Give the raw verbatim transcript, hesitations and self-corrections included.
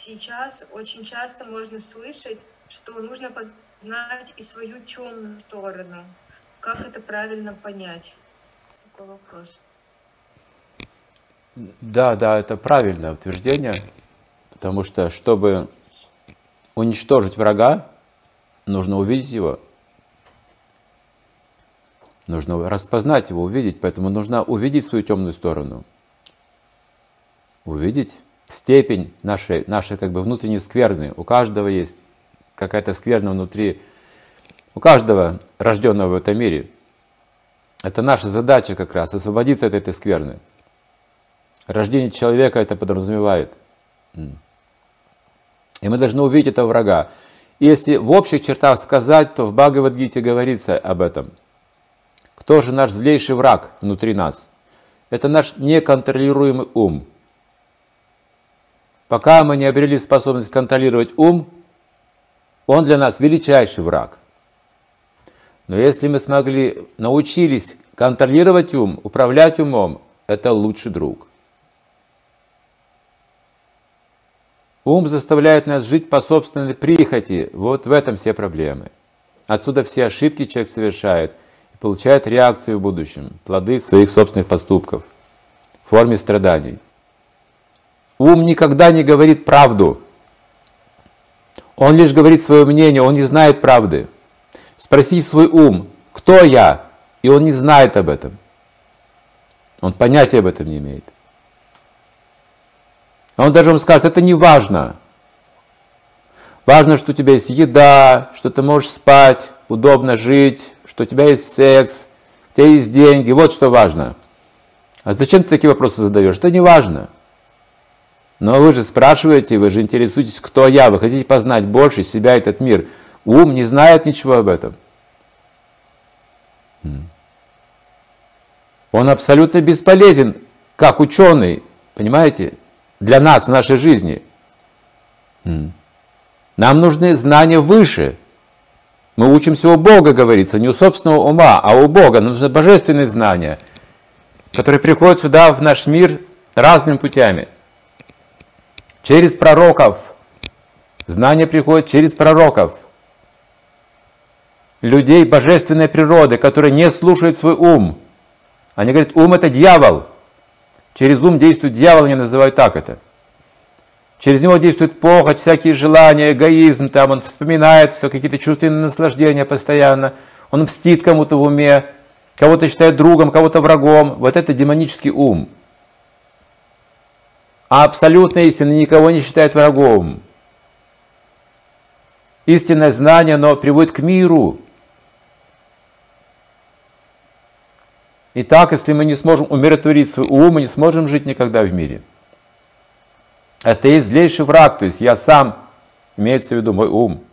Сейчас очень часто можно слышать, что нужно познать и свою темную сторону. Как это правильно понять? Такой вопрос. Да, да, это правильное утверждение, потому что, чтобы уничтожить врага, нужно увидеть его. Нужно распознать его, увидеть, поэтому нужно увидеть свою темную сторону. Увидеть степень нашей, нашей как бы внутренней скверны. У каждого есть какая-то скверна внутри, у каждого рожденного в этом мире. Это наша задача как раз, освободиться от этой скверны. Рождение человека это подразумевает. И мы должны увидеть этого врага. И если в общих чертах сказать, то в Бхагавад-гите говорится об этом. Кто же наш злейший враг внутри нас? Это наш неконтролируемый ум. Пока мы не обрели способность контролировать ум, он для нас величайший враг. Но если мы смогли, научились контролировать ум, управлять умом, это лучший друг. Ум заставляет нас жить по собственной прихоти. Вот в этом все проблемы. Отсюда все ошибки человек совершает и получает реакции в будущем, плоды своих собственных поступков в форме страданий. Ум никогда не говорит правду. Он лишь говорит свое мнение, он не знает правды. Спроси свой ум, кто я? И он не знает об этом. Он понятия об этом не имеет. Он даже вам скажет, это не важно. Важно, что у тебя есть еда, что ты можешь спать, удобно жить, что у тебя есть секс, у тебя есть деньги. Вот что важно. А зачем ты такие вопросы задаешь? Это не важно. Но вы же спрашиваете, вы же интересуетесь, кто я. Вы хотите познать больше себя, этот мир. Ум не знает ничего об этом. Он абсолютно бесполезен, как ученый, понимаете? Для нас в нашей жизни. Нам нужны знания выше. Мы учимся у Бога, говорится, не у собственного ума, а у Бога. Нам нужны божественные знания, которые приходят сюда, в наш мир, разными путями. Через пророков. Знания приходят через пророков. Людей божественной природы, которые не слушают свой ум. Они говорят, ум это дьявол. Через ум действует дьявол, они называют так это. Через него действует похоть, всякие желания, эгоизм, там он вспоминает все, какие-то чувственные наслаждения постоянно. Он мстит кому-то в уме, кого-то считает другом, кого-то врагом. Вот это демонический ум. А абсолютная истина никого не считает врагом. Истинное знание, оно приводит к миру. Итак, если мы не сможем умиротворить свой ум, мы не сможем жить никогда в мире. Это и есть злейший враг, то есть я сам, имеется в виду мой ум.